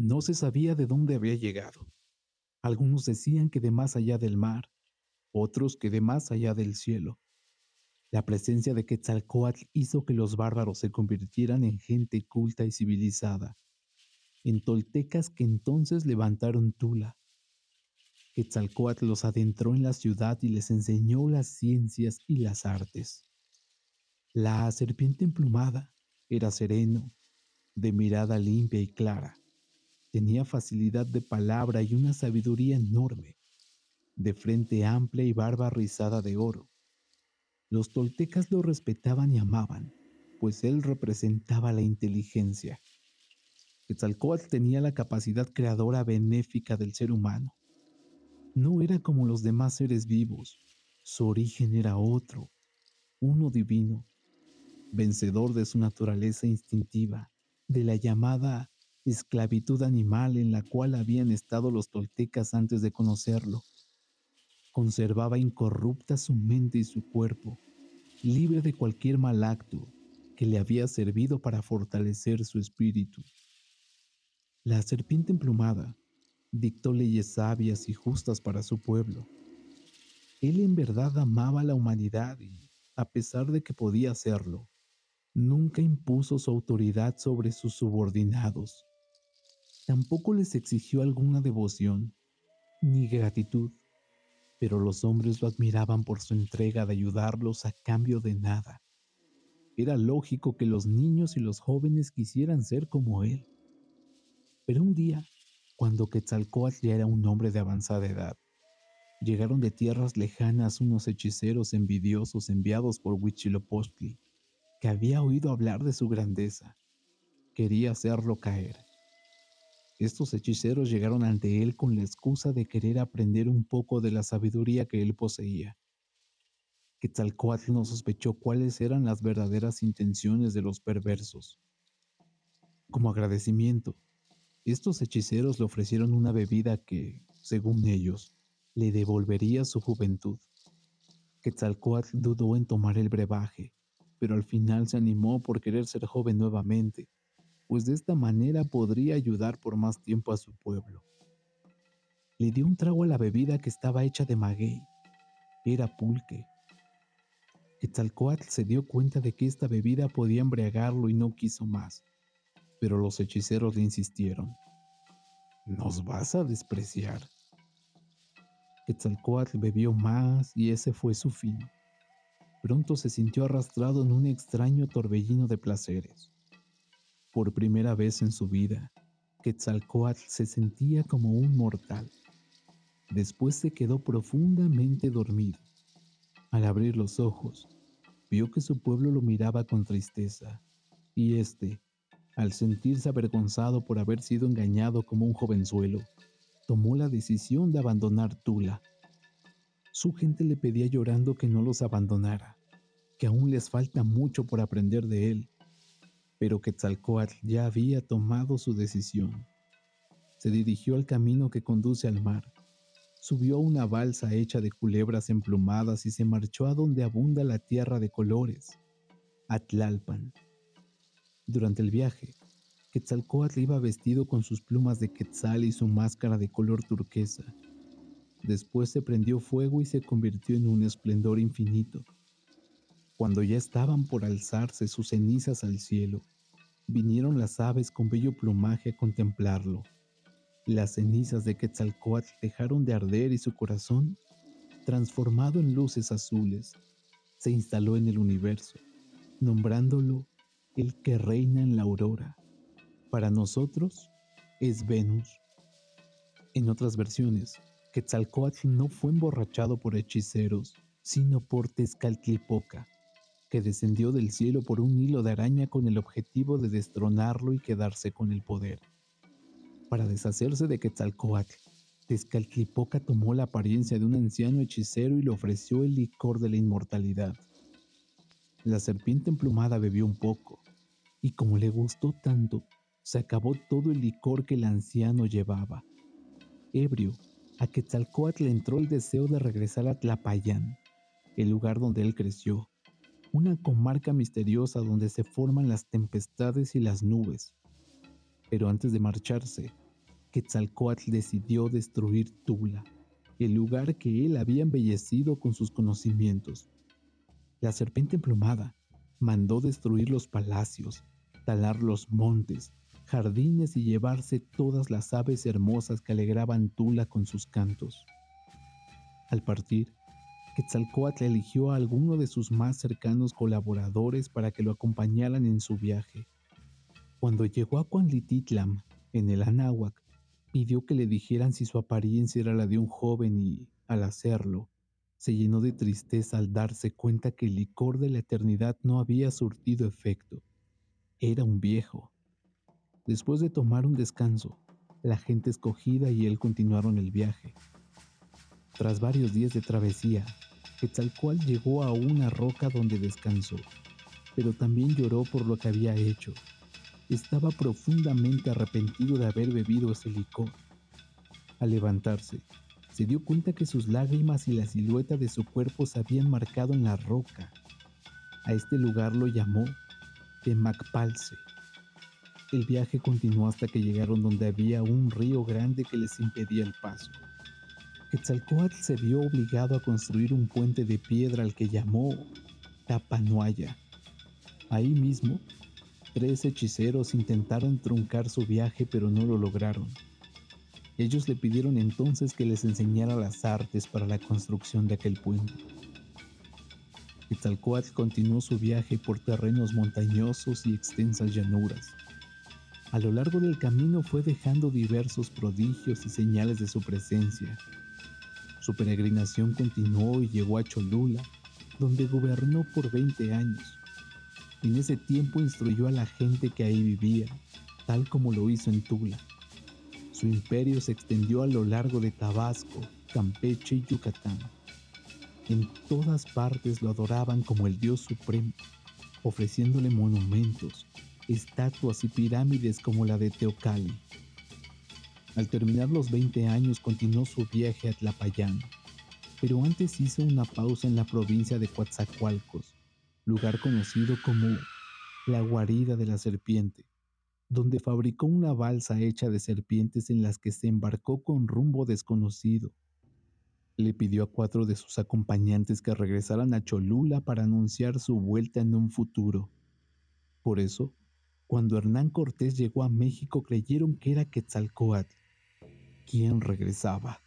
No se sabía de dónde había llegado. Algunos decían que de más allá del mar, otros que de más allá del cielo. La presencia de Quetzalcóatl hizo que los bárbaros se convirtieran en gente culta y civilizada, en toltecas que entonces levantaron Tula. Quetzalcóatl los adentró en la ciudad y les enseñó las ciencias y las artes. La serpiente emplumada era sereno, de mirada limpia y clara. Tenía facilidad de palabra y una sabiduría enorme, de frente amplia y barba rizada de oro. Los toltecas lo respetaban y amaban, pues él representaba la inteligencia. Quetzalcóatl tenía la capacidad creadora benéfica del ser humano. No era como los demás seres vivos. Su origen era otro, uno divino, vencedor de su naturaleza instintiva, de la llamada esclavitud animal en la cual habían estado los toltecas antes de conocerlo. Conservaba incorrupta su mente y su cuerpo, libre de cualquier mal acto que le había servido para fortalecer su espíritu. La serpiente emplumada dictó leyes sabias y justas para su pueblo. Él en verdad amaba a la humanidad y, a pesar de que podía hacerlo, nunca impuso su autoridad sobre sus subordinados. Tampoco les exigió alguna devoción ni gratitud, pero los hombres lo admiraban por su entrega de ayudarlos a cambio de nada. Era lógico que los niños y los jóvenes quisieran ser como él. Pero un día, cuando Quetzalcóatl ya era un hombre de avanzada edad, llegaron de tierras lejanas unos hechiceros envidiosos enviados por Huitzilopochtli, que había oído hablar de su grandeza. Quería hacerlo caer. Estos hechiceros llegaron ante él con la excusa de querer aprender un poco de la sabiduría que él poseía. Quetzalcóatl no sospechó cuáles eran las verdaderas intenciones de los perversos. Como agradecimiento, estos hechiceros le ofrecieron una bebida que, según ellos, le devolvería su juventud. Quetzalcóatl dudó en tomar el brebaje, pero al final se animó por querer ser joven nuevamente, pues de esta manera podría ayudar por más tiempo a su pueblo. Le dio un trago a la bebida que estaba hecha de maguey. Era pulque. Quetzalcóatl se dio cuenta de que esta bebida podía embriagarlo y no quiso más, pero los hechiceros le insistieron. «¿Nos vas a despreciar?». Quetzalcóatl bebió más y ese fue su fin. Pronto se sintió arrastrado en un extraño torbellino de placeres. Por primera vez en su vida, Quetzalcóatl se sentía como un mortal. Después se quedó profundamente dormido. Al abrir los ojos, vio que su pueblo lo miraba con tristeza, y al sentirse avergonzado por haber sido engañado como un jovenzuelo, tomó la decisión de abandonar Tula. Su gente le pedía llorando que no los abandonara, que aún les falta mucho por aprender de él, pero Quetzalcóatl ya había tomado su decisión. Se dirigió al camino que conduce al mar, subió a una balsa hecha de culebras emplumadas y se marchó a donde abunda la tierra de colores, a Tlalpan. Durante el viaje, Quetzalcóatl iba vestido con sus plumas de quetzal y su máscara de color turquesa. Después se prendió fuego y se convirtió en un esplendor infinito. Cuando ya estaban por alzarse sus cenizas al cielo, vinieron las aves con bello plumaje a contemplarlo. Las cenizas de Quetzalcóatl dejaron de arder y su corazón, transformado en luces azules, se instaló en el universo, nombrándolo el que reina en la aurora. Para nosotros es Venus. En otras versiones, Quetzalcóatl no fue emborrachado por hechiceros, sino por Tezcatlipoca, que descendió del cielo por un hilo de araña con el objetivo de destronarlo y quedarse con el poder. Para deshacerse de Quetzalcóatl, Tezcatlipoca tomó la apariencia de un anciano hechicero y le ofreció el licor de la inmortalidad. La serpiente emplumada bebió un poco, y como le gustó tanto, se acabó todo el licor que el anciano llevaba. Ebrio, a Quetzalcóatl le entró el deseo de regresar a Tlapayán, el lugar donde él creció, una comarca misteriosa donde se forman las tempestades y las nubes. Pero antes de marcharse, Quetzalcóatl decidió destruir Tula, el lugar que él había embellecido con sus conocimientos. La serpiente emplumada mandó destruir los palacios, talar los montes, jardines y llevarse todas las aves hermosas que alegraban Tula con sus cantos. Al partir, Quetzalcóatl eligió a alguno de sus más cercanos colaboradores para que lo acompañaran en su viaje. Cuando llegó a Cuanlititlam, en el Anáhuac, pidió que le dijeran si su apariencia era la de un joven y, al hacerlo, se llenó de tristeza al darse cuenta que el licor de la eternidad no había surtido efecto. Era un viejo. Después de tomar un descanso, la gente escogida y él continuaron el viaje. Tras varios días de travesía, Quetzalcóatl llegó a una roca donde descansó, pero también lloró por lo que había hecho. Estaba profundamente arrepentido de haber bebido ese licor. Al levantarse, se dio cuenta que sus lágrimas y la silueta de su cuerpo se habían marcado en la roca. A este lugar lo llamó Temacpalce. El viaje continuó hasta que llegaron donde había un río grande que les impedía el paso. Quetzalcóatl se vio obligado a construir un puente de piedra al que llamó Tapanoaya. Ahí mismo, 3 hechiceros intentaron truncar su viaje, pero no lo lograron. Ellos le pidieron entonces que les enseñara las artes para la construcción de aquel puente. Quetzalcóatl continuó su viaje por terrenos montañosos y extensas llanuras. A lo largo del camino fue dejando diversos prodigios y señales de su presencia. Su peregrinación continuó y llegó a Cholula, donde gobernó por 20 años. En ese tiempo instruyó a la gente que ahí vivía, tal como lo hizo en Tula. Su imperio se extendió a lo largo de Tabasco, Campeche y Yucatán. En todas partes lo adoraban como el Dios supremo, ofreciéndole monumentos, estatuas y pirámides como la de Teocalli. Al terminar los 20 años continuó su viaje a Tlapayán, pero antes hizo una pausa en la provincia de Coatzacoalcos, lugar conocido como la guarida de la serpiente, donde fabricó una balsa hecha de serpientes en las que se embarcó con rumbo desconocido. Le pidió a 4 de sus acompañantes que regresaran a Cholula para anunciar su vuelta en un futuro. Por eso, cuando Hernán Cortés llegó a México creyeron que era Quetzalcóatl quien regresaba.